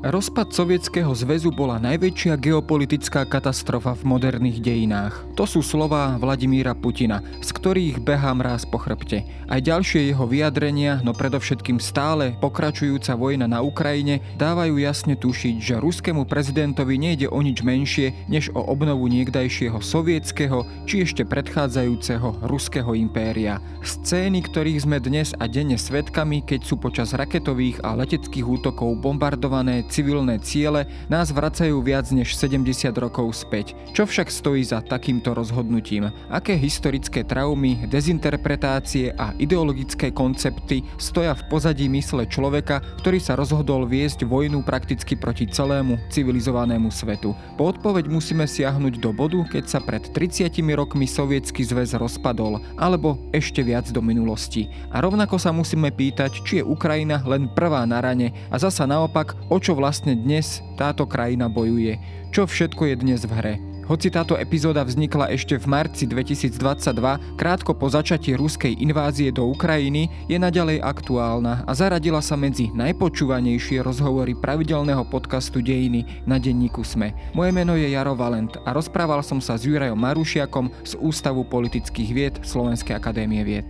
Rozpad Sovietskeho zväzu bola najväčšia geopolitická katastrofa v moderných dejinách. To sú slová Vladimíra Putina, z ktorých behá mráz po chrbte. Aj ďalšie jeho vyjadrenia, no predovšetkým stále pokračujúca vojna na Ukrajine, dávajú jasne tušiť, že ruskému prezidentovi nejde o nič menšie, než o obnovu niekdajšieho sovietskeho či ešte predchádzajúceho ruského impéria. Scény, ktorých sme dnes a denne svedkami, keď sú počas raketových a leteckých útokov bombardované civilné ciele, nás vracajú viac než 70 rokov späť. Čo však stojí za takýmto rozhodnutím? Aké historické traumy, dezinterpretácie a ideologické koncepty stoja v pozadí mysle človeka, ktorý sa rozhodol viesť vojnu prakticky proti celému civilizovanému svetu? Po odpoveď musíme siahnuť do bodu, keď sa pred 30 rokmi Sovietsky zväz rozpadol, alebo ešte viac do minulosti. A rovnako sa musíme pýtať, či je Ukrajina len prvá na rane a zasa naopak, o čo vlastne dnes táto krajina bojuje. Čo všetko je dnes v hre? Hoci táto epizóda vznikla ešte v marci 2022, krátko po začatí ruskej invázie do Ukrajiny, je naďalej aktuálna a zaradila sa medzi najpočúvanejšie rozhovory pravidelného podcastu Dejiny na denníku SME. Moje meno je Jaro Valent a rozprával som sa s Jurajom Marušiakom z Ústavu politických vied Slovenskej akadémie vied.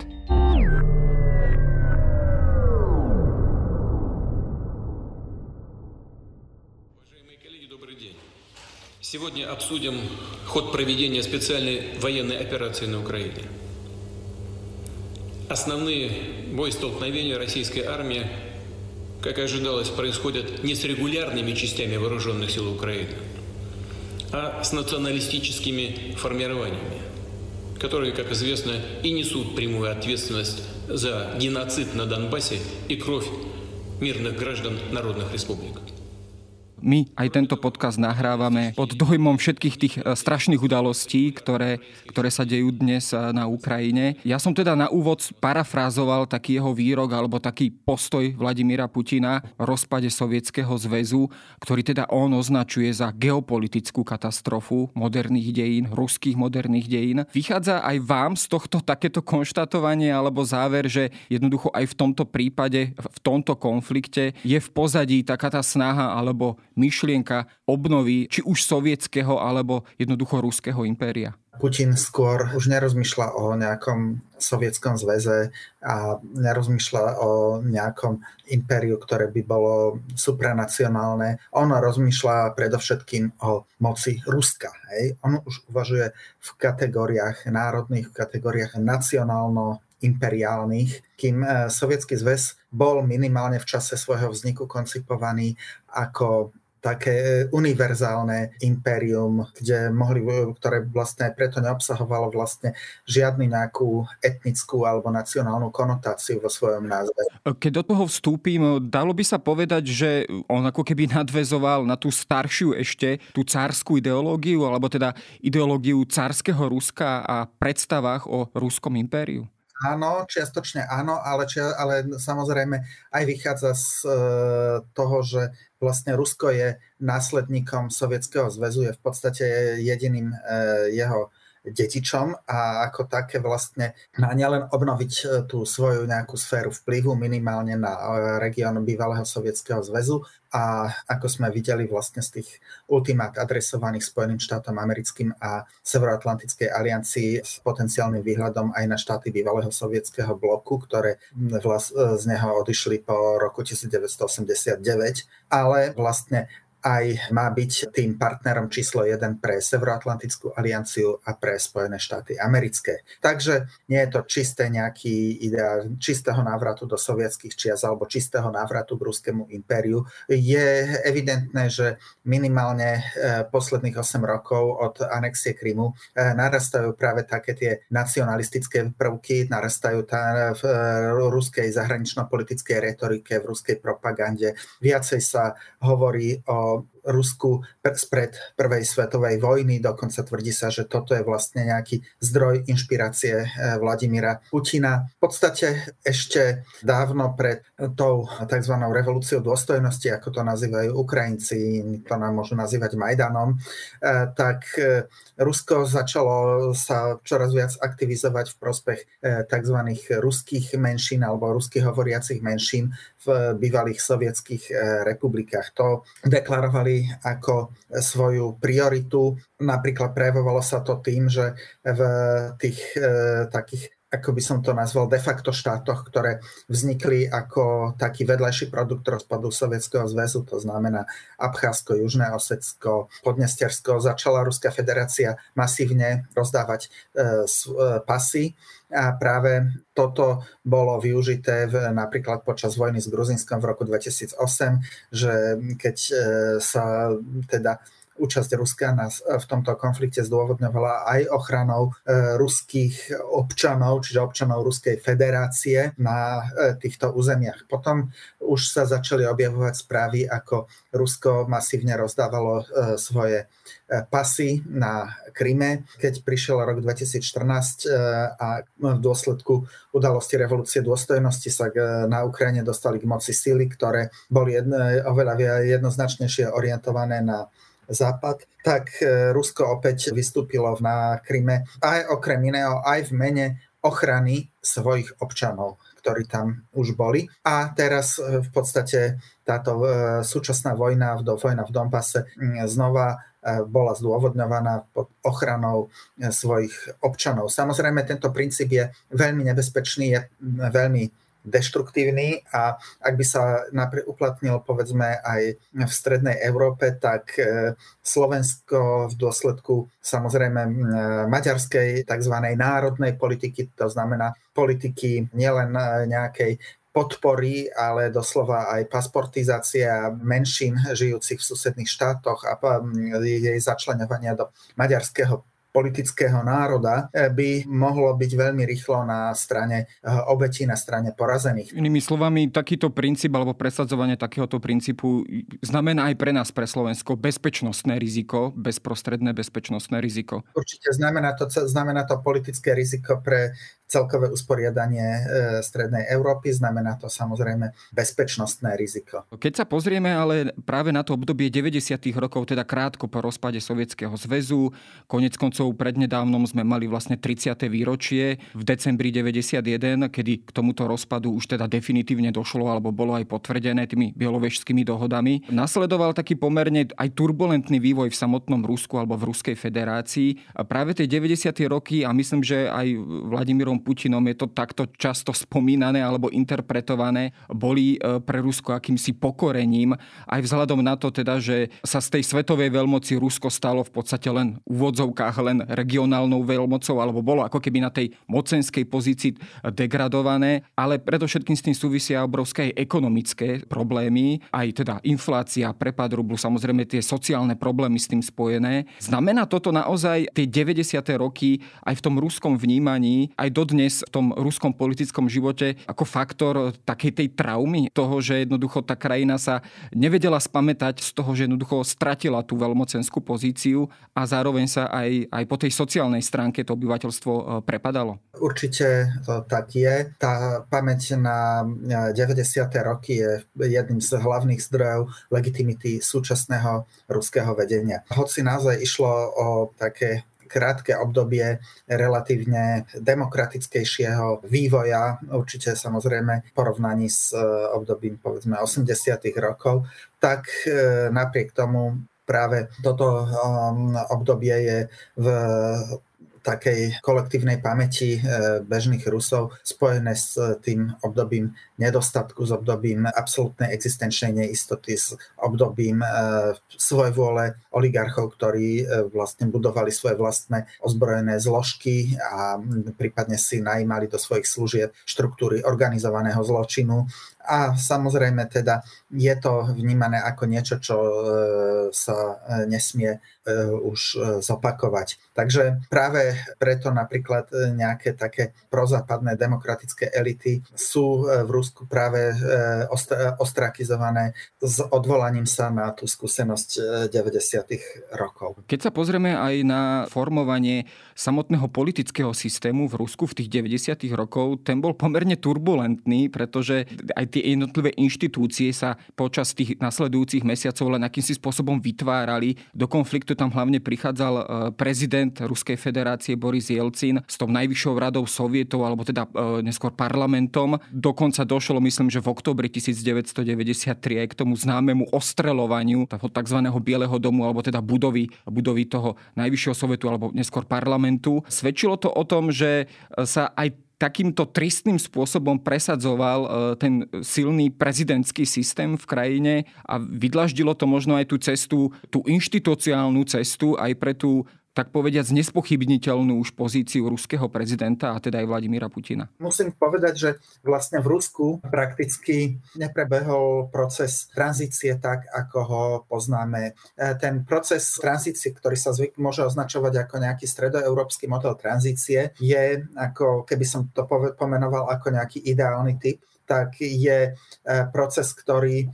Сегодня обсудим ход проведения специальной военной операции на Украине. Основные боестолкновения российской армии, как и ожидалось, происходят не с регулярными частями вооруженных сил Украины, а с националистическими формированиями, которые, как известно, и несут прямую ответственность за геноцид на Донбассе и кровь мирных граждан народных республик. My aj tento podcast nahrávame pod dojmom všetkých tých strašných udalostí, ktoré sa dejú dnes na Ukrajine. Ja som teda na úvod parafrázoval taký jeho výrok alebo taký postoj Vladimíra Putina o rozpade Sovietskeho zväzu, ktorý teda on označuje za geopolitickú katastrofu moderných dejín, ruských moderných dejín. Vychádza aj vám z tohto takéto konštatovanie alebo záver, že jednoducho aj v tomto prípade, v tomto konflikte je v pozadí taká tá snaha alebo myšlienka obnovy či už sovietskeho alebo jednoducho ruského impéria? Putin skôr už nerozmýšľa o nejakom sovietskom zväze a nerozmýšľa o nejakom impériu, ktoré by bolo supranacionálne. On rozmýšľa predovšetkým o moci Ruska. Hej? On už uvažuje v kategóriách národných, v kategóriách nacionálno-imperiálnych, kým Sovietsky zväz bol minimálne v čase svojho vzniku koncipovaný ako také univerzálne impérium, ktoré vlastne preto neobsahovalo vlastne žiadnu nejakú etnickú alebo nacionálnu konotáciu vo svojom názve. Keď do toho vstúpim, dalo by sa povedať, že on ako keby nadväzoval na tú staršiu ešte, tú cárskú ideológiu, alebo teda ideológiu cárskeho Ruska a predstavách o ruskom impériu? Áno, čiastočne áno, ale samozrejme aj vychádza z toho, že vlastne Rusko je následníkom Sovietskeho zväzu, je v podstate jediným jeho dedičom a ako také vlastne má nielen obnoviť tú svoju nejakú sféru vplyvu minimálne na región bývalého Sovietskeho zväzu a ako sme videli vlastne z tých ultimát adresovaných Spojeným štátom americkým a Severoatlantickej aliancii s potenciálnym výhľadom aj na štáty bývalého sovietskeho bloku, ktoré z neho odišli po roku 1989, ale vlastne aj má byť tým partnerom číslo 1 pre Severoatlantickú alianciu a pre Spojené štáty americké. Takže nie je to čisté nejaký ideál čistého návratu do sovietských čias alebo čistého návratu k ruskému impériu. Je evidentné, že minimálne posledných 8 rokov od anexie Krymu narastajú práve také tie nacionalistické prvky, narastajú v ruskej zahranično-politickej retorike, v ruskej propagande. Viacej sa hovorí o Rusku spred prvej svetovej vojny. Dokonca tvrdí sa, že toto je vlastne nejaký zdroj inšpirácie Vladimíra Putina. V podstate ešte dávno pred tou tzv. Revolúciou dôstojnosti, ako to nazývajú Ukrajinci, to nám môžu nazývať Majdanom, tak Rusko začalo sa čoraz viac aktivizovať v prospech tzv. Ruských menšín alebo ruských hovoriacich menšín v bývalých sovietských republikách. To deklarovali ako svoju prioritu. Napríklad prejavovalo sa to tým, že v tých takých, ako by som to nazval, de facto štátoch, ktoré vznikli ako taký vedľajší produkt rozpadu Sovietskeho zväzu, to znamená Abcházsko, Južné Osecko, Podnestersko, začala Ruská federácia masívne rozdávať pasy. A práve toto bolo využité napríklad počas vojny s Gruzínskom v roku 2008, že keď sa teda účasť Ruska v tomto konflikte zdôvodňovala aj ochranou ruských občanov, čiže občanov Ruskej federácie na týchto územiach. Potom už sa začali objavovať správy, ako Rusko masívne rozdávalo svoje pasy na Kryme. Keď prišiel rok 2014 a v dôsledku udalosti revolúcie dôstojnosti sa na Ukrajine dostali k moci síly, ktoré boli oveľa jednoznačnejšie orientované na Západ, tak Rusko opäť vystúpilo na Kryme aj okrem iného aj v mene ochrany svojich občanov, ktorí tam už boli. A teraz v podstate táto súčasná vojna v Donbase znova bola zdôvodňovaná pod ochranou svojich občanov. Samozrejme, tento princíp je veľmi nebezpečný, je veľmi deštruktívny a ak by sa uplatnil povedzme aj v strednej Európe, tak Slovensko v dôsledku samozrejme maďarskej tzv. Národnej politiky, to znamená politiky nielen nejakej podpory, ale doslova aj pasportizácia menšín žijúcich v susedných štátoch a jej začleňovania do maďarského politického národa by mohlo byť veľmi rýchlo na strane obetí, na strane porazených. Inými slovami, takýto princíp alebo presadzovanie takéhoto princípu znamená aj pre nás, pre Slovensko, bezpečnostné riziko, bezprostredné bezpečnostné riziko. Určite znamená to politické riziko pre celkové usporiadanie strednej Európy, znamená to samozrejme bezpečnostné riziko. Keď sa pozrieme ale práve na to obdobie 90. rokov, teda krátko po rozpade Sovietskeho zväzu, konec koncov prednedávnom sme mali vlastne 30. výročie v decembri 91, kedy k tomuto rozpadu už teda definitívne došlo alebo bolo aj potvrdené tými bielovežskými dohodami. Nasledoval taký pomerne aj turbulentný vývoj v samotnom Rusku alebo v Ruskej federácii. A práve tie 90. roky, a myslím, že aj Vladimírom Putinom je to takto často spomínané alebo interpretované, boli pre Rusko akýmsi pokorením, aj vzhľadom na to teda, že sa z tej svetovej veľmoci Rusko stalo v podstate len v úvodzovkách len regionálnou veľmocou, alebo bolo ako keby na tej mocenskej pozícii degradované, ale predovšetkým s tým súvisia obrovské aj ekonomické problémy, aj teda inflácia, prepad rublu, samozrejme tie sociálne problémy s tým spojené. Znamená toto naozaj tie 90. roky aj v tom ruskom vnímaní, aj dodnes v tom ruskom politickom živote ako faktor takej tej traumy toho, že jednoducho tá krajina sa nevedela spamätať z toho, že jednoducho stratila tú veľmocenskú pozíciu a zároveň sa aj po tej sociálnej stránke to obyvateľstvo prepadalo? Určite to tak je. Tá pamäť na 90. roky je jedným z hlavných zdrojov legitimity súčasného ruského vedenia. Hoci naozaj išlo o také krátke obdobie relatívne demokratickejšieho vývoja, určite samozrejme v porovnaní s obdobím povedzme 80. rokov, tak napriek tomu práve toto obdobie je v takej kolektívnej pamäti bežných Rusov spojené s tým obdobím nedostatku, s obdobím absolútnej existenčnej neistoty, s obdobím svojvôle oligarchov, ktorí vlastne budovali svoje vlastné ozbrojené zložky a prípadne si najímali do svojich služieb štruktúry organizovaného zločinu. A samozrejme teda je to vnímané ako niečo, čo sa nesmie už zopakovať. Takže práve preto napríklad nejaké také prozápadné demokratické elity sú v Rusku práve ostrakizované s odvolaním sa na tú skúsenosť 90. rokov. Keď sa pozrieme aj na formovanie samotného politického systému v Rusku v tých 90. rokov, ten bol pomerne turbulentný, pretože aj tie jednotlivé inštitúcie sa počas tých nasledujúcich mesiacov len akýmsi spôsobom vytvárali. Do konfliktu tam hlavne prichádzal prezident Ruskej federácie Boris Jelcin s tou najvyššou radou sovietov, alebo teda neskôr parlamentom. Dokonca došlo, myslím, že v októbri 1993 aj k tomu známemu ostreľovaniu toho tzv. Bieleho domu, alebo teda budovy toho najvyššieho sovietu, alebo neskôr parlamentu. Svedčilo to o tom, že sa aj takýmto tristným spôsobom presadzoval ten silný prezidentský systém v krajine a vydlaždilo to možno aj tú cestu, tú inštitucionálnu cestu aj pre tú, tak povediac, nespochybniteľnú už pozíciu ruského prezidenta a teda aj Vladimíra Putina. Musím povedať, že vlastne v Rusku prakticky neprebehol proces tranzície tak, ako ho poznáme. Ten proces tranzície, ktorý sa môže označovať ako nejaký stredoeurópsky model tranzície, je, ako keby som to pomenoval ako nejaký ideálny typ, tak je proces, ktorý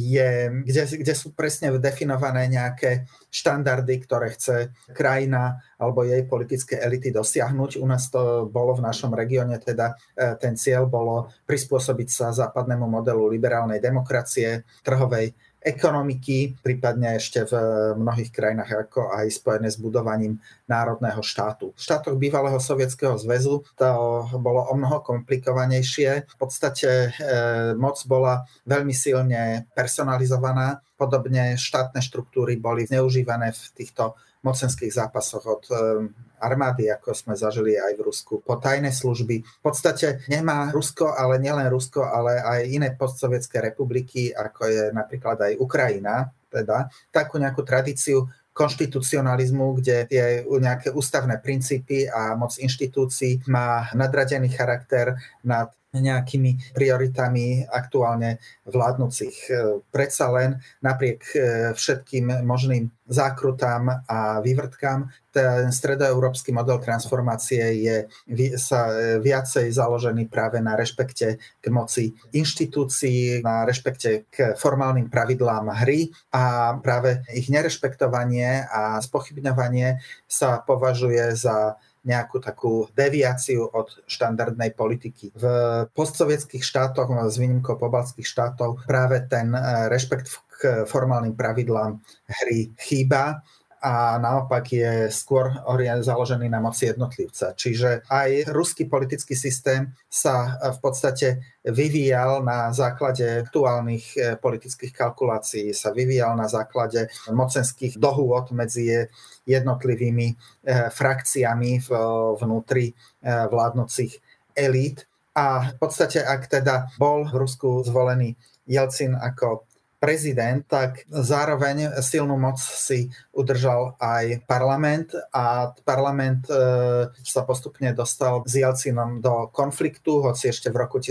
kde sú presne definované nejaké štandardy, ktoré chce krajina alebo jej politické elity dosiahnuť. U nás to bolo v našom regióne, teda ten cieľ bolo prispôsobiť sa západnému modelu liberálnej demokracie, trhovej ekonomiky, prípadne ešte v mnohých krajinách ako aj spojené s budovaním národného štátu. V štátoch bývalého Sovietskeho zväzu to bolo omnoho komplikovanejšie. V podstate moc bola veľmi silne personalizovaná. Podobne štátne štruktúry boli zneužívané v týchto mocenských zápasoch od armády, ako sme zažili aj v Rusku, po tajné služby. V podstate nemá Rusko, ale nielen Rusko, ale aj iné postsovietské republiky, ako je napríklad aj Ukrajina, teda takú nejakú tradíciu konštitucionalizmu, kde tie nejaké ústavné princípy a moc inštitúcií má nadradený charakter nad nejakými prioritami aktuálne vládnúcich. Predsa len napriek všetkým možným zákrutám a vývrtkám, ten stredoeurópsky model transformácie je sa viacej založený práve na rešpekte k moci inštitúcií, na rešpekte k formálnym pravidlám hry a práve ich nerešpektovanie a spochybňovanie sa považuje za nejakú takú deviáciu od štandardnej politiky. V postsovietských štátoch, s výnimkou pobaltských štátov, práve ten rešpekt k formálnym pravidlám hry chýba a naopak je skôr založený na moci jednotlivca. Čiže aj ruský politický systém sa v podstate vyvíjal na základe aktuálnych politických kalkulácií, sa vyvíjal na základe mocenských dohôd medzi jednotlivými frakciami vnútri vládnocich elít. A v podstate, ak teda bol v Rusku zvolený Jelcin ako prezident, tak zároveň silnú moc si udržal aj parlament a parlament sa postupne dostal s Jelcinom do konfliktu, hoci ešte v roku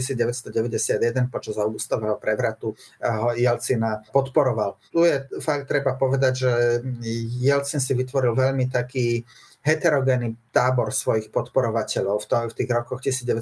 1991 počas augustového prevratu ho Jelcina podporoval. Tu je fakt treba povedať, že Jelcin si vytvoril veľmi taký heterogénny tábor svojich podporovateľov v tých rokoch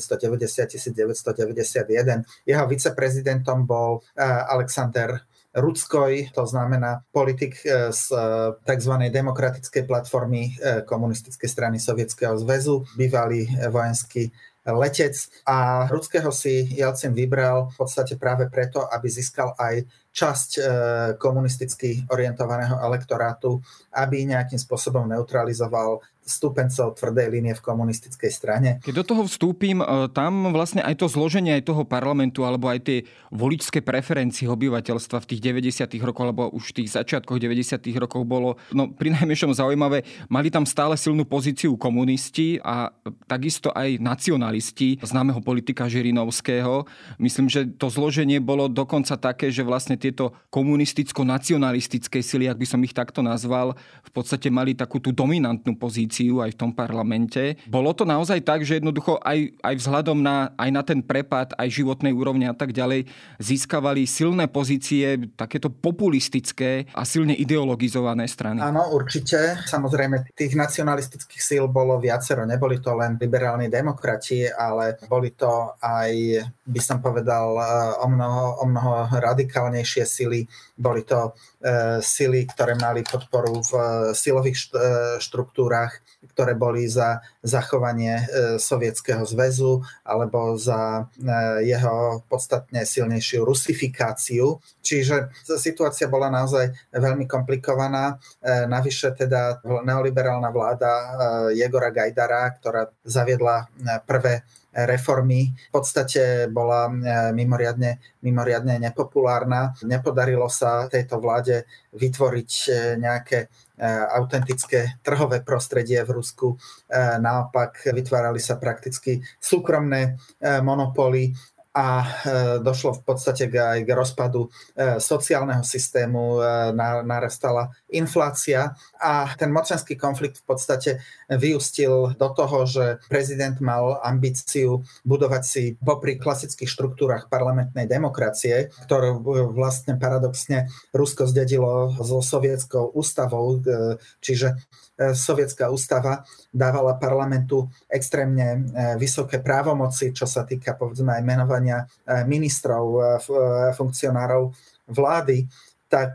1990-1991. Jeho viceprezidentom bol Alexander Rudskoj, to znamená politik z tzv. Demokratickej platformy komunistickej strany Sovietskeho zväzu, bývalý vojenský letec. A Rudského si Jelcin vybral v podstate práve preto, aby získal aj časť komunisticky orientovaného elektorátu, aby nejakým spôsobom neutralizoval stúpencov tvrdej línie v komunistickej strane. Keď do toho vstúpim, tam vlastne aj to zloženie aj toho parlamentu, alebo aj tie voličské preferencie obyvateľstva v tých 90. rokoch, alebo už v tých začiatkoch 90. rokov bolo prinajmenšom zaujímavé. Mali tam stále silnú pozíciu komunisti a takisto aj nacionalisti, známeho politika Žirinovského. Myslím, že to zloženie bolo dokonca také, že vlastne tieto komunisticko-nacionalistické sily, ak by som ich takto nazval, v podstate mali takú tú dominantnú pozíciu pozíciu aj v tom parlamente. Bolo to naozaj tak, že jednoducho aj vzhľadom aj na ten prepad, aj životnej úrovne a tak ďalej, získavali silné pozície, takéto populistické a silne ideologizované strany? Áno, určite. Samozrejme, tých nacionalistických síl bolo viacero. Neboli to len liberálni demokrati, ale boli to aj, by som povedal, o mnoho radikálnejšie sily. Boli to sily, ktoré mali podporu v silových štruktúrach, ktoré boli za zachovanie Sovietskeho zväzu alebo za jeho podstatne silnejšiu rusifikáciu. Čiže situácia bola naozaj veľmi komplikovaná. Navyše teda neoliberálna vláda Jegora Gajdara, ktorá zaviedla prvé reformy, v podstate bola mimoriadne nepopulárna. Nepodarilo sa tejto vláde vytvoriť nejaké autentické trhové prostredie v Rusku. Naopak vytvárali sa prakticky súkromné monopóly a došlo v podstate aj k rozpadu sociálneho systému, narastala inflácia a ten mocenský konflikt v podstate vyústil do toho, že prezident mal ambíciu budovať si popri klasických štruktúrach parlamentnej demokracie, ktorú vlastne paradoxne Rusko zdedilo so sovietskou ústavou, čiže sovietská ústava dávala parlamentu extrémne vysoké právomoci, čo sa týka povedzme aj menovania ministrov, funkcionárov vlády, tak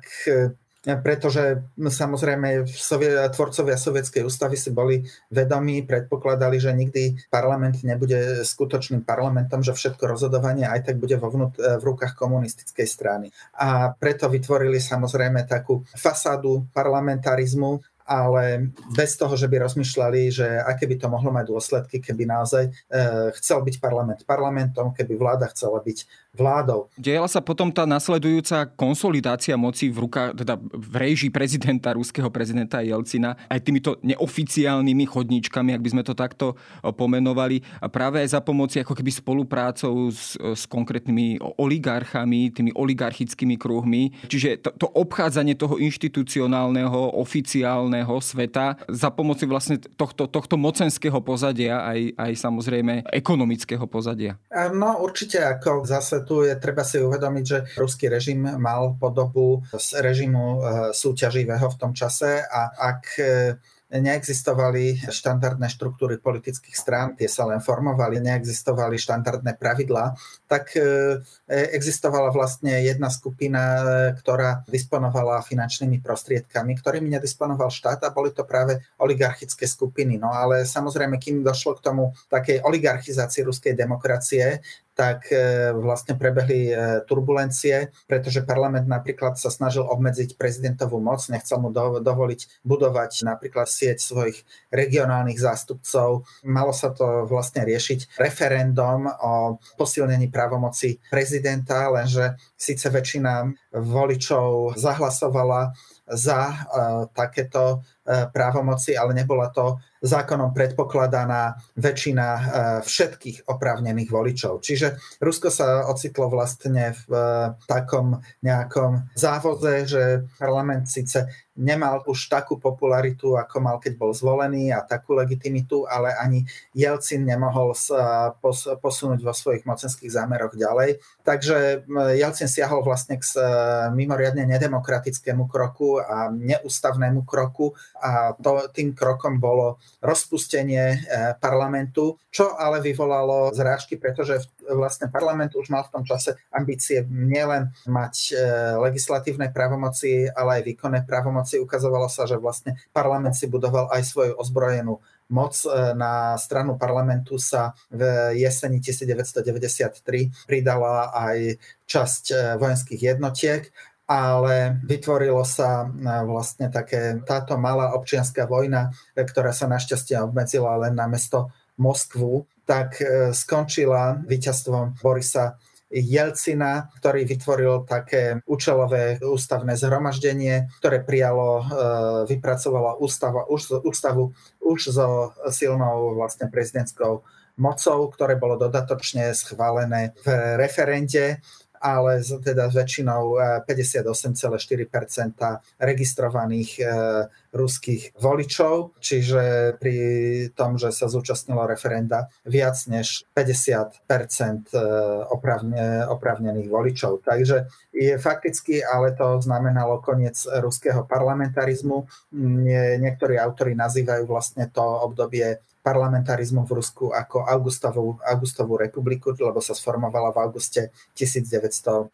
pretože samozrejme tvorcovia sovietskej ústavy si boli vedomí, predpokladali, že nikdy parlament nebude skutočným parlamentom, že všetko rozhodovanie aj tak bude v rukách komunistickej strany. A preto vytvorili samozrejme takú fasádu parlamentarizmu, ale bez toho, že by rozmýšľali, že aké by to mohlo mať dôsledky, keby naozaj chcel byť parlament parlamentom, keby vláda chcela byť vládou. Diela sa potom tá nasledujúca konsolidácia moci v rukách, teda v réžii ruského prezidenta Jelcina, aj týmito neoficiálnymi chodníčkami, ak by sme to takto pomenovali, a práve aj za pomoci ako keby spoluprácou s konkrétnymi oligarchami, tými oligarchickými kruhmi. Čiže to obchádzanie toho inštitucionálneho, oficiálneho sveta za pomoci vlastne tohto mocenského pozadia, aj samozrejme ekonomického pozadia. No určite, ako zase tu je treba si uvedomiť, že ruský režim mal podobu z režimu súťaživého v tom čase a ak neexistovali štandardné štruktúry politických strán, tie sa len formovali, neexistovali štandardné pravidlá, tak existovala vlastne jedna skupina, ktorá disponovala finančnými prostriedkami, ktorými nedisponoval štát a boli to práve oligarchické skupiny. No ale samozrejme, kým došlo k tomu takej oligarchizácii ruskej demokracie, tak vlastne prebehli turbulencie, pretože parlament napríklad sa snažil obmedziť prezidentovú moc, nechcel mu dovoliť budovať napríklad sieť svojich regionálnych zástupcov. Malo sa to vlastne riešiť referendum o posilnení právomoci prezidenta, lenže síce väčšina voličov zahlasovala za takéto právomoci, ale nebola to zákonom predpokladaná väčšina všetkých oprávnených voličov. Čiže Rusko sa ocitlo vlastne v takom nejakom závoze, že parlament síce nemal už takú popularitu, ako mal, keď bol zvolený a takú legitimitu, ale ani Jelcin nemohol sa posunúť vo svojich mocenských zámeroch ďalej. Takže Jelcin siahol vlastne k mimoriadne nedemokratickému kroku a neústavnému kroku a tým krokom bolo rozpustenie parlamentu, čo ale vyvolalo zrážky, pretože vlastne parlament už mal v tom čase ambície nielen mať legislatívne právomoci, ale aj výkonné právomoci. Ukazovalo sa, že vlastne parlament si budoval aj svoju ozbrojenú moc. Na stranu parlamentu sa v jeseni 1993 pridala aj časť vojenských jednotiek, ale vytvorilo sa vlastne táto malá občianska vojna, ktorá sa našťastie obmedzila len na mesto Moskvu, tak skončila víťazstvom Borisa Jelcina, ktorý vytvoril také účelové ústavné zhromaždenie, ktoré vypracovalo ústavu už so silnou vlastne prezidentskou mocou, ktoré bolo dodatočne schválené v referende, ale teda s väčšinou 58,4% registrovaných ruských voličov, čiže pri tom, že sa zúčastnilo referenda viac než 50% oprávnených voličov. Takže fakticky, ale to znamenalo koniec ruského parlamentarizmu. Niektorí autori nazývajú vlastne to obdobie parlamentarizmu v Rusku ako Augustovú republiku, lebo sa sformovala v auguste 1991,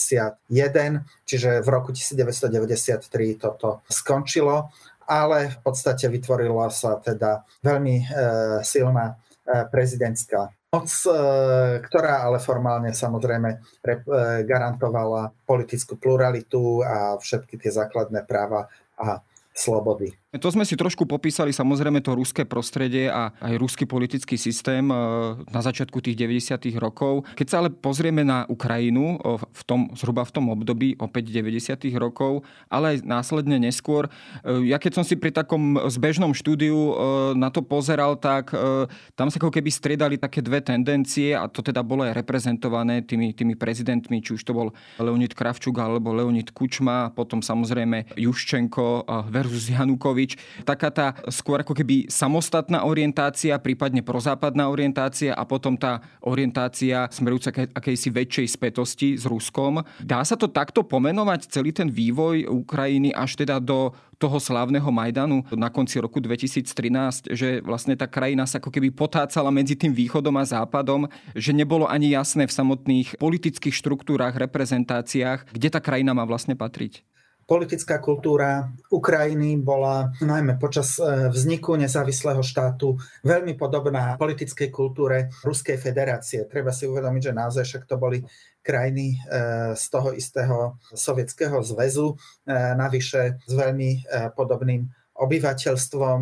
čiže v roku 1993 toto skončilo, ale v podstate vytvorila sa teda veľmi silná prezidentská moc, ktorá ale formálne samozrejme garantovala politickú pluralitu a všetky tie základné práva a slobody. To sme si trošku popísali samozrejme to ruské prostredie a aj ruský politický systém na začiatku tých 90. rokov. Keď sa ale pozrieme na Ukrajinu zhruba v tom období opäť 90. rokov, ale aj následne neskôr, ja keď som si pri takom zbežnom štúdiu na to pozeral, tak tam sa ako keby striedali také dve tendencie a to teda bolo aj reprezentované tými prezidentmi, či už to bol Leonid Kravčuk alebo Leonid Kučma, potom samozrejme Juščenko versus Janukovič. Taká tá skôr ako keby samostatná orientácia, prípadne prozápadná orientácia a potom tá orientácia smerujúca k akejsi väčšej spätosti s Ruskom. Dá sa to takto pomenovať celý ten vývoj Ukrajiny až teda do toho slávneho Majdanu na konci roku 2013, že vlastne tá krajina sa ako keby potácala medzi tým východom a západom, že nebolo ani jasné v samotných politických štruktúrach, reprezentáciách, kde tá krajina má vlastne patriť? Politická kultúra Ukrajiny bola najmä počas vzniku nezávislého štátu veľmi podobná politickej kultúre Ruskej federácie. Treba si uvedomiť, že naozaj však to boli krajiny z toho istého Sovietskeho zväzu, navyše s veľmi podobným obyvateľstvom.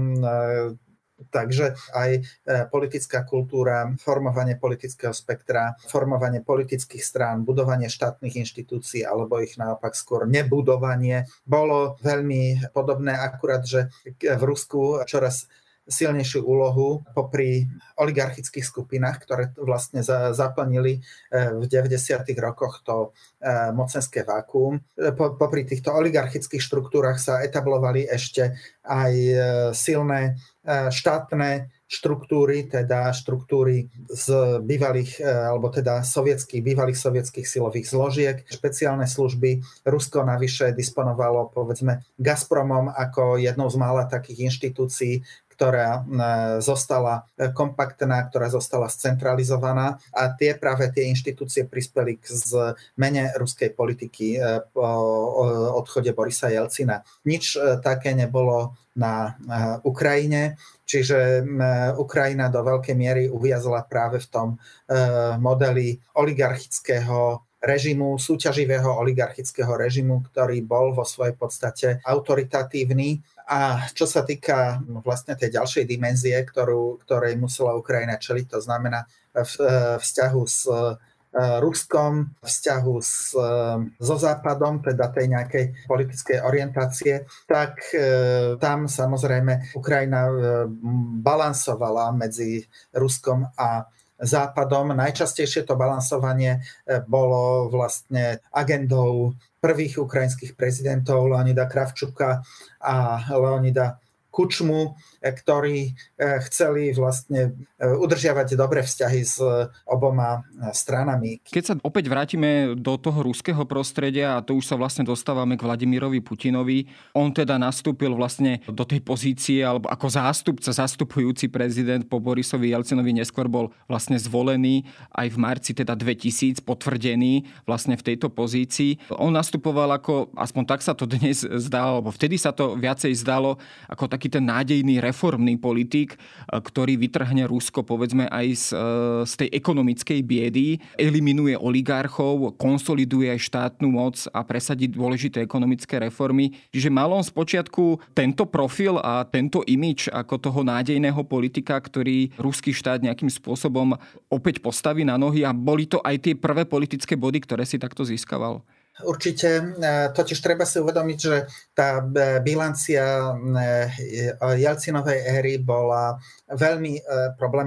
Takže aj politická kultúra, formovanie politického spektra, formovanie politických strán, budovanie štátnych inštitúcií alebo ich naopak skôr nebudovanie bolo veľmi podobné, akurát, že v Rusku čoraz silnejšiu úlohu popri oligarchických skupinách, ktoré vlastne zaplnili v 90. rokoch to mocenské vákuum. Popri týchto oligarchických štruktúrach sa etablovali ešte aj silné štátne štruktúry, teda štruktúry z bývalých, alebo teda bývalých sovietských silových zložiek, špeciálne služby. Rusko navyše disponovalo, povedzme, Gazpromom ako jednou z mála takých inštitúcií, ktorá zostala kompaktná, ktorá zostala scentralizovaná a práve tie inštitúcie prispeli k zmene ruskej politiky po odchode Borisa Jelcina. Nič také nebolo na Ukrajine, čiže Ukrajina do veľkej miery uviazla práve v tom modeli oligarchického režimu, súťaživého oligarchického režimu, ktorý bol vo svojej podstate autoritatívny. A čo sa týka vlastne tej ďalšej dimenzie, ktorej musela Ukrajina čeliť, to znamená vzťahu s Ruskom, vzťahu so Západom, teda tej nejakej politickej orientácie, tak tam samozrejme Ukrajina balansovala medzi Ruskom a Západom. Najčastejšie to balansovanie bolo vlastne agendou prvých ukrajinských prezidentov Leonida Kravčuka a Leonida Kučmu, ktorí chceli vlastne udržiavať dobré vzťahy s oboma stranami. Keď sa opäť vrátime do toho ruského prostredia, a to už sa vlastne dostávame k Vladimirovi Putinovi, on teda nastúpil vlastne do tej pozície, alebo ako zastupujúci prezident po Borisovi Jelcinovi, neskôr bol vlastne zvolený aj v marci teda 2000, potvrdený vlastne v tejto pozícii. On nastupoval ako, aspoň tak sa to dnes zdalo, alebo vtedy sa to viacej zdalo, ako taký ten nádejný reformný politik, ktorý vytrhne Rusko povedzme aj z tej ekonomickej biedy, eliminuje oligarchov, konsoliduje aj štátnu moc a presadí dôležité ekonomické reformy. Čiže mal on spočiatku tento profil a tento imidž ako toho nádejného politika, ktorý ruský štát nejakým spôsobom opäť postaví na nohy a boli to aj tie prvé politické body, ktoré si takto získaval. Určite, totiž treba si uvedomiť, že tá bilancia Jelcinovej éry bola veľmi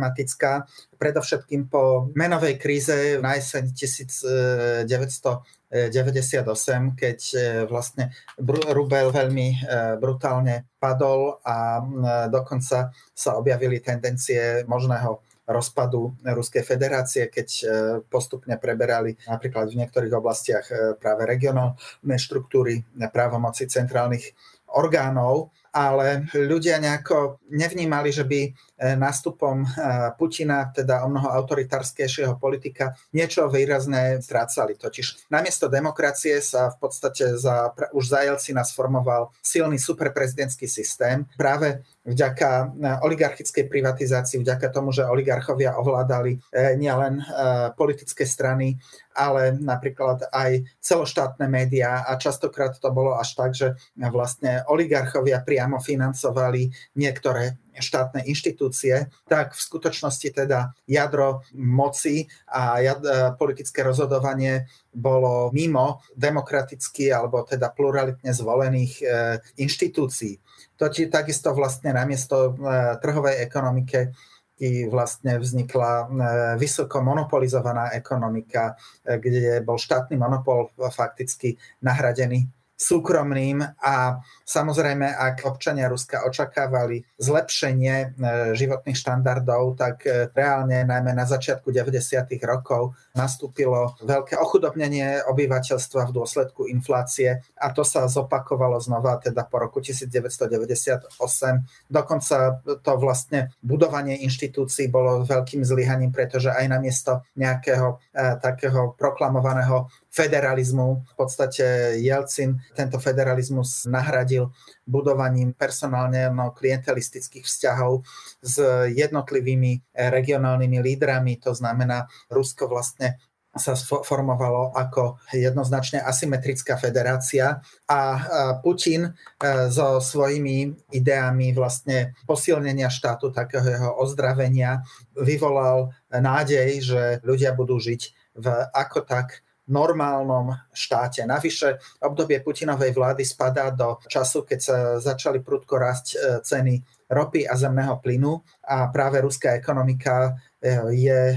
problematická, predovšetkým po menovej kríze na jeseň 1990, 98, keď vlastne rubel veľmi brutálne padol a dokonca sa objavili tendencie možného rozpadu Ruskej federácie, keď postupne preberali napríklad v niektorých oblastiach práve regionálne štruktúry právomoci centrálnych orgánov, ale ľudia nejako nevnímali, že by nástupom Putina, teda o mnoho autoritárskejšieho politika, niečo výrazné strácali. Totiž namiesto demokracie sa v podstate už za Jelcina sformoval silný superprezidentský systém. Práve vďaka oligarchickej privatizácii, vďaka tomu, že oligarchovia ovládali nielen politické strany, ale napríklad aj celoštátne médiá a častokrát to bolo až tak, že vlastne oligarchovia priamo financovali niektoré štátne inštitúcie, tak v skutočnosti teda jadro moci a politické rozhodovanie bolo mimo demokraticky alebo teda pluralitne zvolených inštitúcií. Takisto vlastne namiesto trhovej ekonomike vlastne vznikla vysoko monopolizovaná ekonomika, kde bol štátny monopol fakticky nahradený súkromným a samozrejme, ak občania Ruska očakávali zlepšenie životných štandardov, tak reálne najmä na začiatku 90. rokov nastúpilo veľké ochudobnenie obyvateľstva v dôsledku inflácie a to sa zopakovalo znova teda po roku 1998. Dokonca to vlastne budovanie inštitúcií bolo veľkým zlyhaním, pretože aj namiesto nejakého takého proklamovaného federalizmu v podstate Jelcin tento federalizmus nahradil budovaním personálne klientelistických vzťahov s jednotlivými regionálnymi lídrami. To znamená, Rusko vlastne sa formovalo ako jednoznačne asymetrická federácia a Putin so svojimi ideami vlastne posilnenia štátu, takého jeho ozdravenia vyvolal nádej, že ľudia budú žiť v ako tak normálnom štáte. Navyše obdobie Putinovej vlády spadá do času, keď sa začali prudko rásť ceny ropy a zemného plynu a práve ruská ekonomika je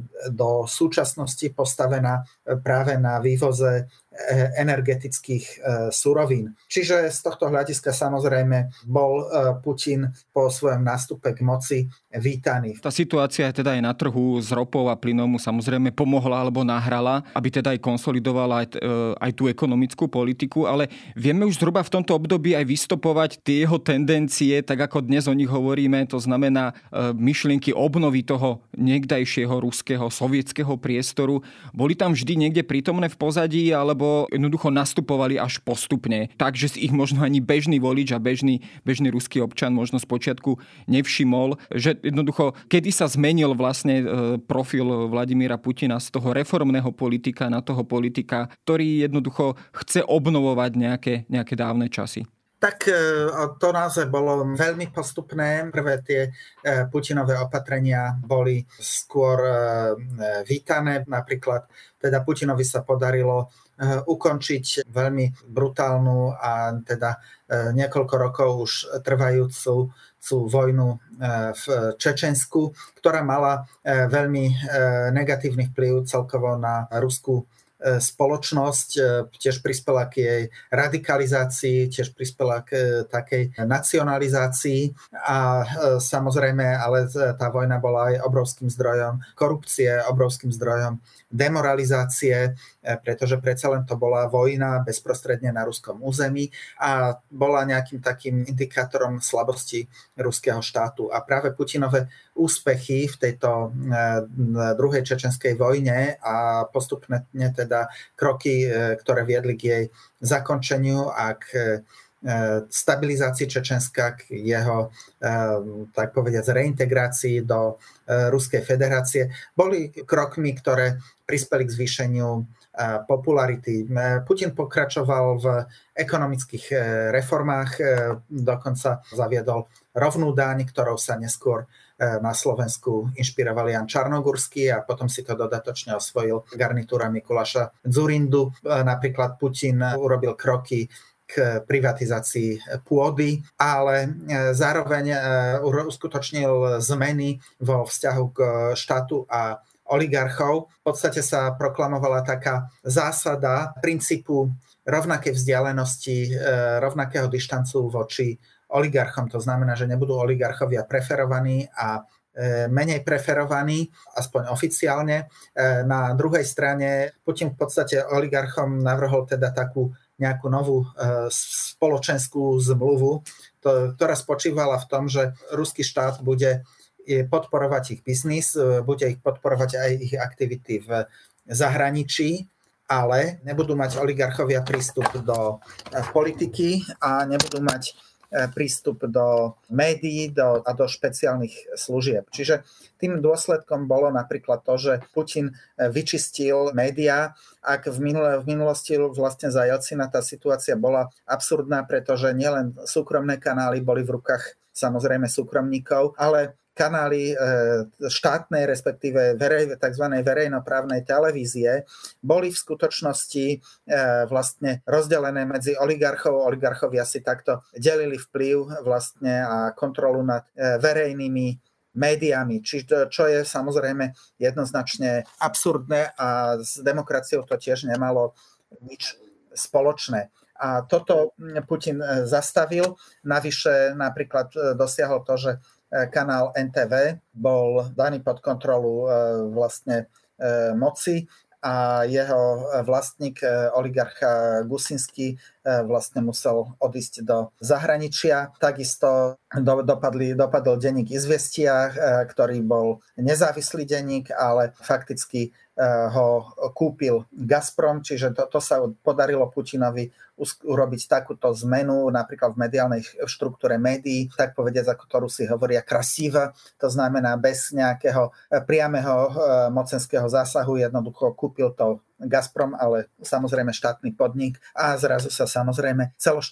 do súčasnosti postavená práve na vývoze energetických surovín. Čiže z tohto hľadiska samozrejme bol Putin po svojom nástupe k moci vítaný. Tá situácia teda aj na trhu s ropou a plynom mu samozrejme pomohla alebo nahrala, aby teda aj konsolidovala aj tú ekonomickú politiku, ale vieme už zhruba v tomto období aj vystopovať tie jeho tendencie, tak ako dnes o nich hovoríme, to znamená myšlienky obnovy toho niekdajšieho ruského, sovietskeho priestoru. Boli tam vždy niekde prítomné v pozadí, alebo jednoducho nastupovali až postupne, takže si ich možno ani bežný volič a bežný ruský občan možno spočiatku nevšimol, že jednoducho, kedy sa zmenil vlastne profil Vladimíra Putina z toho reformného politika na toho politika, ktorý jednoducho chce obnovovať nejaké dávne časy. Tak to naozaj bolo veľmi postupné. Prvé tie Putinové opatrenia boli skôr vítané. Napríklad teda Putinovi sa podarilo ukončiť veľmi brutálnu a teda niekoľko rokov už trvajúcu vojnu v Čečensku, ktorá mala veľmi negatívny vplyv celkovo na ruskú spoločnosť, tiež prispela k jej radikalizácii, tiež prispela k takej nacionalizácii a samozrejme, ale tá vojna bola aj obrovským zdrojom korupcie, obrovským zdrojom demoralizácie, pretože predsa len to bola vojna bezprostredne na ruskom území a bola nejakým takým indikátorom slabosti ruského štátu. A práve Putinové úspechy v tejto druhej čečenskej vojne a postupne teda kroky, ktoré viedli k jej zakončeniu a k stabilizácii Čečenska, k jeho, tak povediať, reintegrácii do Ruskej federácie, boli krokmi, ktoré prispeli k zvýšeniu popularity. Putin pokračoval v ekonomických reformách, dokonca zaviedol rovnú daň, ktorou sa neskôr na Slovensku inšpiroval Jan Čarnogurský a potom si to dodatočne osvojil garnitúra Mikuláša Dzurindu. Napríklad Putin urobil kroky k privatizácii pôdy, ale zároveň uskutočnil zmeny vo vzťahu k štátu a oligarchov. V podstate sa proklamovala taká zásada princípu rovnakej vzdialenosti, rovnakého dištancu voči oligarchom. To znamená, že nebudú oligarchovia preferovaní a menej preferovaní, aspoň oficiálne. Na druhej strane Putin v podstate oligarchom navrhol teda takú nejakú novú spoločenskú zmluvu, ktorá spočívala v tom, že ruský štát bude podporovať ich biznis, bude ich podporovať aj ich aktivity v zahraničí, ale nebudú mať oligarchovia prístup do politiky a nebudú mať prístup do médií a do špeciálnych služieb. Čiže tým dôsledkom bolo napríklad to, že Putin vyčistil médiá. Ak v minulosti vlastne za Jelcina tá situácia bola absurdná, pretože nielen súkromné kanály boli v rukách samozrejme súkromníkov, ale kanály štátnej, respektíve tzv. Verejnoprávnej televízie boli v skutočnosti vlastne rozdelené medzi oligarchov. Oligarchovia si takto delili vplyv vlastne a kontrolu nad verejnými médiami, čo je samozrejme jednoznačne absurdné a s demokraciou to tiež nemalo nič spoločné. A toto Putin zastavil. Navyše napríklad dosiahol to, že kanál NTV bol daný pod kontrolu vlastne moci a jeho vlastník, oligarcha Gusinský, vlastne musel odísť do zahraničia. Takisto dopadol denník Izvestia, ktorý bol nezávislý denník, ale fakticky ho kúpil Gazprom, čiže to sa podarilo Putinovi urobiť takúto zmenu napríklad v mediálnej štruktúre médií, tak povediať, ako to Rusi hovoria, krasiva, to znamená bez nejakého priameho mocenského zásahu, jednoducho kúpil to Gazprom, ale samozrejme štátny podnik a zrazu sa samozrejme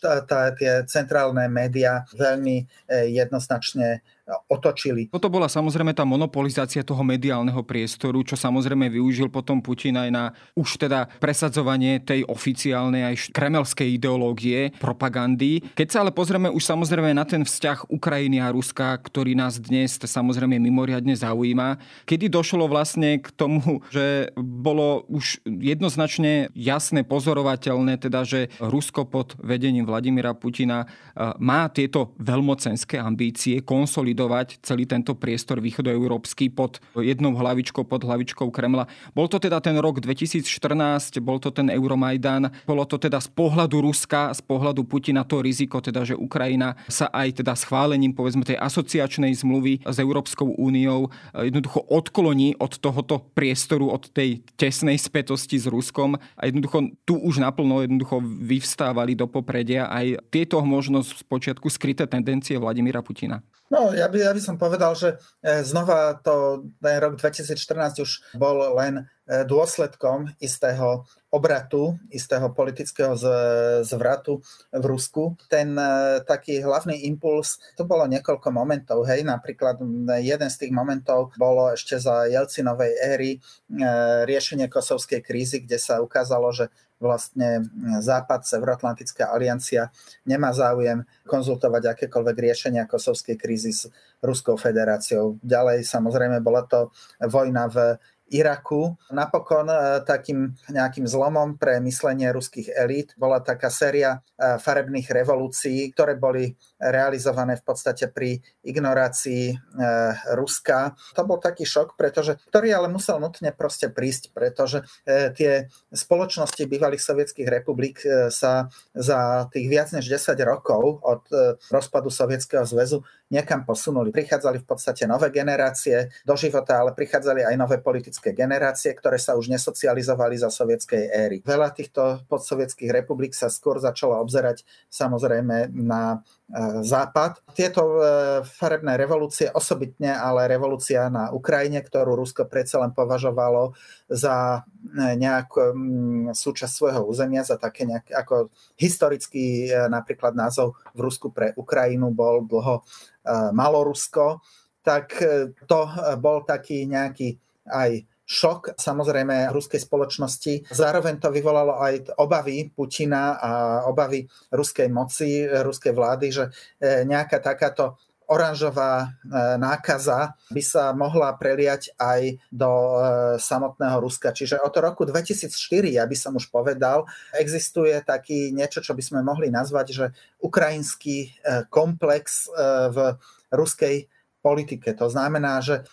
tie centrálne médiá veľmi jednoznačne otočili. Toto bola samozrejme tá monopolizácia toho mediálneho priestoru, čo samozrejme využil potom Putin aj na už teda presadzovanie tej oficiálnej aj kremelskej ideológie, propagandy. Keď sa ale pozrieme už samozrejme na ten vzťah Ukrajiny a Ruska, ktorý nás dnes samozrejme mimoriadne zaujíma, kedy došlo vlastne k tomu, že bolo už jednoznačne jasné, pozorovateľné, teda, že Rusko pod vedením Vladimíra Putina má tieto veľmocenské ambície konsolidovať celý tento priestor východoeurópsky pod jednou hlavičkou, pod hlavičkou Kremla. Bol to teda ten rok 2014, bol to ten Euromajdan, bolo to teda z pohľadu Ruska, z pohľadu Putina to riziko, teda, že Ukrajina sa aj teda schválením povedzme tej asociačnej zmluvy s Európskou úniou jednoducho odkloní od tohoto priestoru, od tej tesnej spätosti s Ruskom a jednoducho tu už naplno jednoducho vyvstávali do popredia aj tieto možno z počiatku skryté tendencie Vladimíra Putina. No, ja by som povedal, že znova ten rok 2014 už bol len dôsledkom istého obratu, istého politického zvratu v Rusku. Ten taký hlavný impuls, to bolo niekoľko momentov, hej, napríklad jeden z tých momentov bolo ešte za Jelcinovej éry riešenie kosovskej krízy, kde sa ukázalo, že vlastne Západ, Severoatlantická aliancia nemá záujem konzultovať akékoľvek riešenia kosovskej krízy s Ruskou federáciou. Ďalej samozrejme bola to vojna v Iraku. Napokon takým nejakým zlomom pre myslenie ruských elít bola taká séria farebných revolúcií, ktoré boli realizované v podstate pri ignorácii Ruska. To bol taký šok, ktorý ale musel nutne proste prísť, pretože tie spoločnosti bývalých sovietských republik sa za tých viac než 10 rokov od rozpadu Sovietskeho zväzu niekam posunuli. Prichádzali v podstate nové generácie do života, ale prichádzali aj nové politické generácie, ktoré sa už nesocializovali za sovietskej éry. Veľa týchto podsovietských republik sa skôr začalo obzerať samozrejme na Západ. Tieto farebné revolúcie, osobitne ale revolúcia na Ukrajine, ktorú Rusko predsa len považovalo za nejakú súčasť svojho územia, za také nejaké, ako historický napríklad názov v Rusku pre Ukrajinu bol dlho Malorusko, tak to bol taký nejaký aj šok samozrejme ruskej spoločnosti. Zároveň to vyvolalo aj obavy Putina a obavy ruskej moci, ruskej vlády, že nejaká takáto oranžová nákaza by sa mohla preliať aj do samotného Ruska. Čiže od roku 2004, ja by som už povedal, existuje taký niečo, čo by sme mohli nazvať, že ukrajinský komplex v ruskej politike. To znamená, že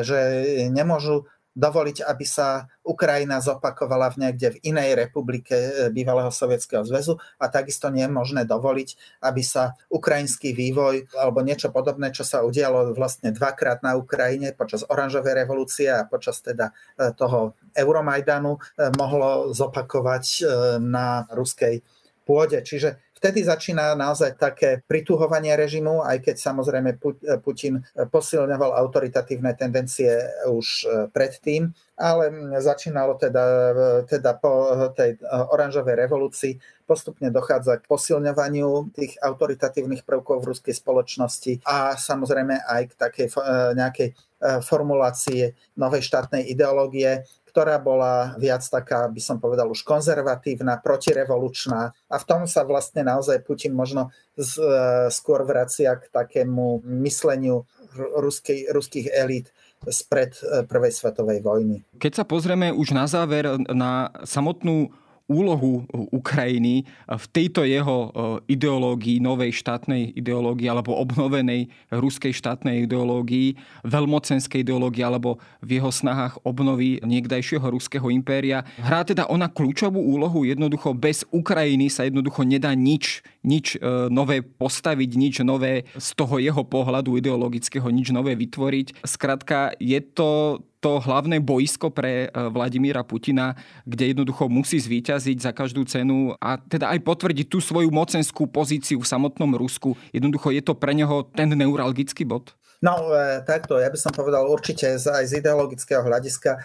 nemôžu dovoliť, aby sa Ukrajina zopakovala niekde v inej republike bývalého Sovietskeho zväzu a takisto nie je možné dovoliť, aby sa ukrajinský vývoj alebo niečo podobné, čo sa udialo vlastne dvakrát na Ukrajine počas oranžovej revolúcie a počas teda toho Euromajdanu, mohlo zopakovať na ruskej pôde. Čiže vtedy začína naozaj také prituhovanie režimu, aj keď samozrejme Putin posilňoval autoritatívne tendencie už predtým, ale začínalo teda po tej oranžovej revolúcii postupne dochádza k posilňovaniu tých autoritatívnych prvkov v ruskej spoločnosti a samozrejme aj k takej nejakej formulácii novej štátnej ideológie, ktorá bola viac taká, by som povedal, už konzervatívna, protirevolučná. A v tom sa vlastne naozaj Putin možno skôr vracia k takému mysleniu ruských elít spred prvej svetovej vojny. Keď sa pozrieme už na záver na samotnú úlohu Ukrajiny v tejto jeho ideológii, novej štátnej ideológii alebo obnovenej ruskej štátnej ideológii, veľmocenskej ideológii alebo v jeho snahách obnovy niekdajšieho ruského impéria. Hrá teda ona kľúčovú úlohu, jednoducho bez Ukrajiny sa jednoducho nedá nič nové postaviť, nič nové z toho jeho pohľadu ideologického, nič nové vytvoriť. Skrátka, je to hlavné boisko pre Vladimíra Putina, kde jednoducho musí zvíťaziť za každú cenu a teda aj potvrdiť tú svoju mocenskú pozíciu v samotnom Rusku. Jednoducho je to pre neho ten neuralgický bod? No takto, ja by som povedal určite aj z ideologického hľadiska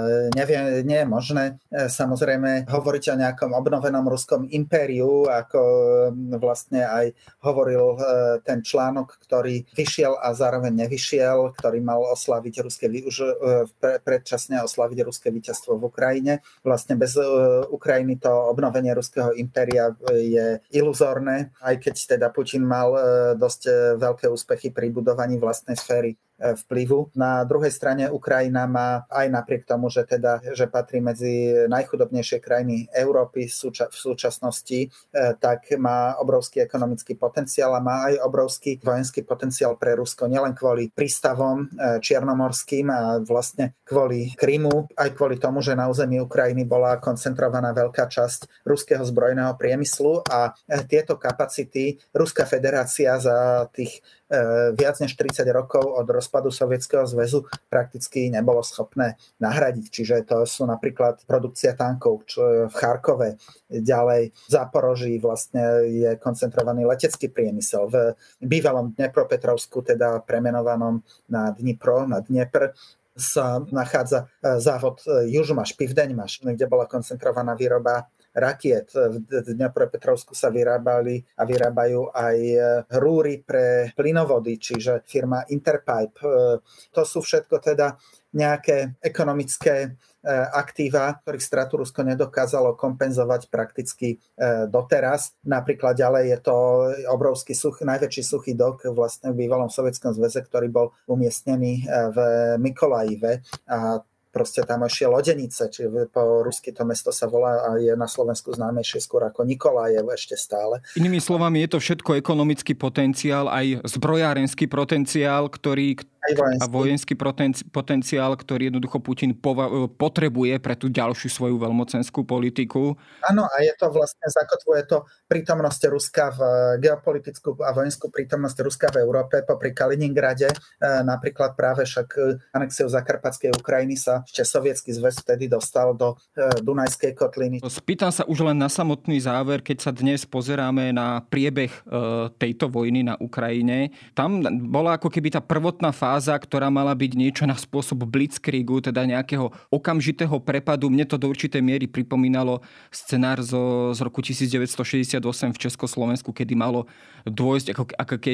nie je možné samozrejme hovoriť o nejakom obnovenom ruskom impériu, ako vlastne aj hovoril ten článok, ktorý vyšiel a zároveň nevyšiel, ktorý mal oslaviť predčasne oslaviť ruské víťazstvo v Ukrajine. Vlastne bez Ukrajiny to obnovenie ruského impéria je iluzórne, aj keď teda Putin mal dosť veľké úspechy pri budovaní vlastnej sféry vplyvu. Na druhej strane Ukrajina má aj napriek tomu, že patrí medzi najchudobnejšie krajiny Európy v súčasnosti, tak má obrovský ekonomický potenciál a má aj obrovský vojenský potenciál pre Rusko, nielen kvôli prístavom čiernomorským a vlastne kvôli Krymu, aj kvôli tomu, že na území Ukrajiny bola koncentrovaná veľká časť ruského zbrojného priemyslu a tieto kapacity Ruská federácia za tých viac než 30 rokov od rozpadu Sovietskeho zväzu prakticky nebolo schopné nahradiť. Čiže to sú napríklad produkcia tankov v Charkove, ďalej v Záporoží vlastne je koncentrovaný letecký priemysel. V bývalom Dnepropetrovsku, teda premenovanom na Dnepr, sa nachádza závod Južmaš, Pivdeňmaš, kde bola koncentrovaná výroba rakiet. V Dnepropetrovsku sa vyrábali a vyrábajú aj rúry pre plynovody, čiže firma Interpipe. To sú všetko teda nejaké ekonomické aktíva, ktorých stratu Rusko nedokázalo kompenzovať prakticky doteraz. Napríklad ďalej je to obrovský najväčší suchý dok vlastne v bývalom Sovietskom zväze, ktorý bol umiestnený v Mykolajive a proste tamojšie lodenice, čiže po rusky to mesto sa volá a je na Slovensku známejšie skôr ako Nikolajev ešte stále. Inými slovami, je to všetko ekonomický potenciál, aj zbrojárenský potenciál, a vojenský potenciál, ktorý jednoducho Putin potrebuje pre tú ďalšiu svoju veľmocenskú politiku. Áno, a je to vlastne, zakotvuje to prítomnosť Ruska geopolitickú a vojenskú prítomnosť Ruska v Európe popri Kaliningrade. Napríklad práve však anexiou Zakarpatskej Ukrajiny sa ešte Sovietsky zväz vtedy dostal do Dunajskej kotliny. Spýtam sa už len na samotný záver, keď sa dnes pozeráme na priebeh tejto vojny na Ukrajine. Tam bola ako keby tá prvotná fáza, ktorá mala byť niečo na spôsob blitzkriegu, teda nejakého okamžitého prepadu. Mne to do určitej miery pripomínalo scenár z roku 1968 v Československu, kedy malo dôjsť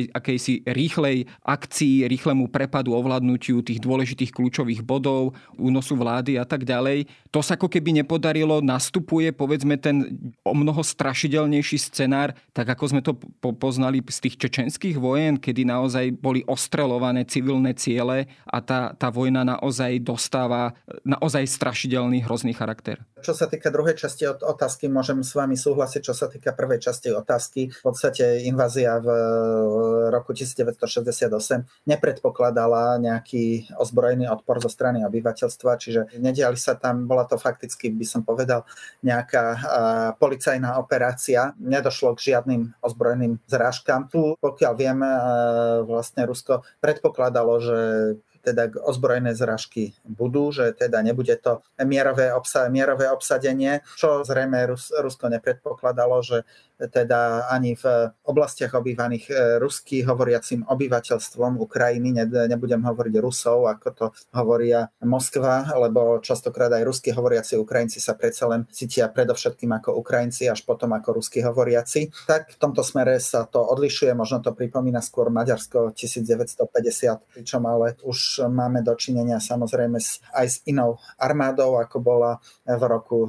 akejsi rýchlej akcii, rýchlemu prepadu, ovládnutiu tých dôležitých kľúčových bodov. U únosu vlády a tak ďalej. To sa ako keby nepodarilo, nastupuje povedzme ten o mnoho strašidelnejší scenár, tak ako sme to poznali z tých čečenských vojen, kedy naozaj boli ostreľované civilné ciele a tá vojna naozaj dostáva naozaj strašidelný, hrozný charakter. Čo sa týka druhej časti otázky, môžem s vami súhlasiť. Čo sa týka prvej časti otázky, v podstate invázia v roku 1968 nepredpokladala nejaký ozbrojený odpor zo strany obyvateľstva, čiže nediali sa tam, bola to fakticky, by som povedal, nejaká policajná operácia. Nedošlo k žiadnym ozbrojeným zrážkam. Tu, pokiaľ viem, vlastne Rusko predpokladalo, že teda ozbrojené zrážky budú, že teda nebude to mierové obsadenie, čo zrejme Rusko nepredpokladalo, že teda ani v oblastiach obývaných rusky hovoriacim obyvateľstvom Ukrajiny, nebudem hovoriť Rusov, ako to hovoria Moskva, lebo častokrát aj rusky hovoriaci Ukrajinci sa predsa len cítia predovšetkým ako Ukrajinci, až potom ako rusky hovoriaci. Tak v tomto smere sa to odlišuje, možno to pripomína skôr Maďarsko 1950, pričom ale už máme dočinenia samozrejme aj s inou armádou, ako bola v roku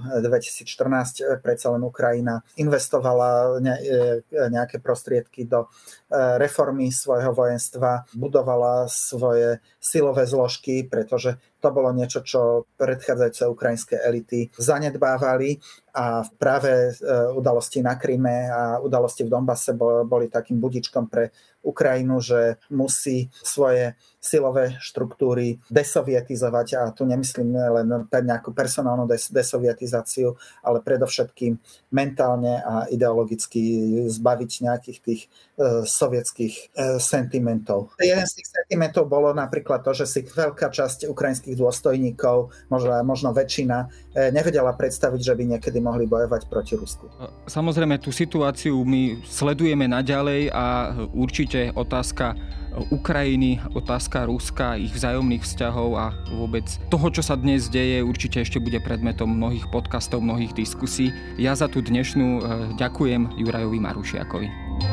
2014. Predsa len Ukrajina investovala nejaké prostriedky do reformy svojho vojenstva, budovala svoje silové zložky, pretože to bolo niečo, čo predchádzajúce ukrajinské elity zanedbávali a práve udalosti na Kryme a udalosti v Donbase boli takým budičkom pre Ukrajinu, že musí svoje silové štruktúry desovietizovať, a tu nemyslím len nejakú personálnu desovietizáciu, ale predovšetkým mentálne a ideologicky zbaviť nejakých tých sovietských sentimentov. Jeden z tých sentimentov bolo napríklad to, že si veľká časť ukrajinských dôstojníkov, možno väčšina, nevedela predstaviť, že by niekedy mohli bojovať proti Rusku. Samozrejme, tú situáciu my sledujeme naďalej a určite otázka Ukrajiny, otázka Ruska, ich vzájomných vzťahov a vôbec toho, čo sa dnes deje, určite ešte bude predmetom mnohých podcastov, mnohých diskusí. Ja za tú dnešnú ďakujem Jurajovi Marušiakovi.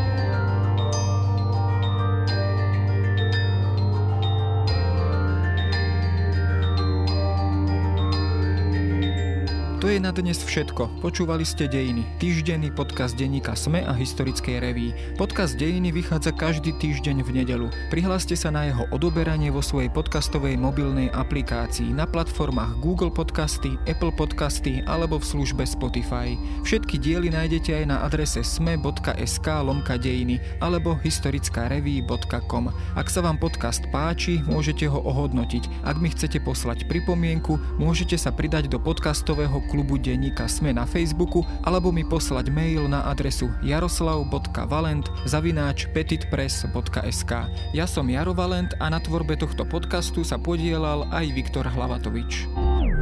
To je na dnes všetko. Počúvali ste Dejiny, týždenný podcast denníka SME a Historickej reví. Podcast Dejiny vychádza každý týždeň v nedeľu. Prihláste sa na jeho odoberanie vo svojej podcastovej mobilnej aplikácii na platformách Google Podcasty, Apple Podcasty alebo v službe Spotify. Všetky diely nájdete aj na adrese sme.sk/dejiny alebo historickareví.com. Ak sa vám podcast páči, môžete ho ohodnotiť. Ak mi chcete poslať pripomienku, môžete sa pridať do podcastového klubu denníka SME na Facebooku alebo mi poslať mail na adresu jaroslav.valent@petitpress.sk. Ja som Jaro Valent a na tvorbe tohto podcastu sa podieľal aj Viktor Hlavatovič.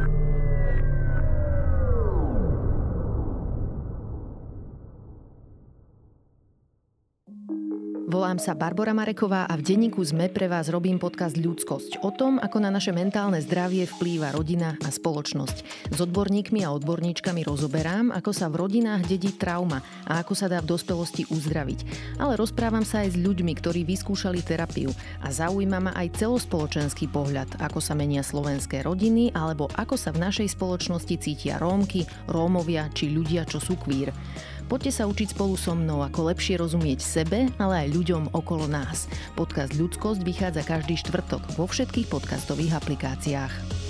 Volám sa Barbora Mareková a v denníku SME pre vás robím podcast Ľudskosť o tom, ako na naše mentálne zdravie vplýva rodina a spoločnosť. S odborníkmi a odborníčkami rozoberám, ako sa v rodinách dedí trauma a ako sa dá v dospelosti uzdraviť. Ale rozprávam sa aj s ľuďmi, ktorí vyskúšali terapiu a zaujíma ma aj celospoločenský pohľad, ako sa menia slovenské rodiny alebo ako sa v našej spoločnosti cítia Rómky, Rómovia či ľudia, čo sú queer. Poďte sa učiť spolu so mnou, ako lepšie rozumieť sebe, ale aj ľuďom okolo nás. Podcast Ľudskosť vychádza každý štvrtok vo všetkých podcastových aplikáciách.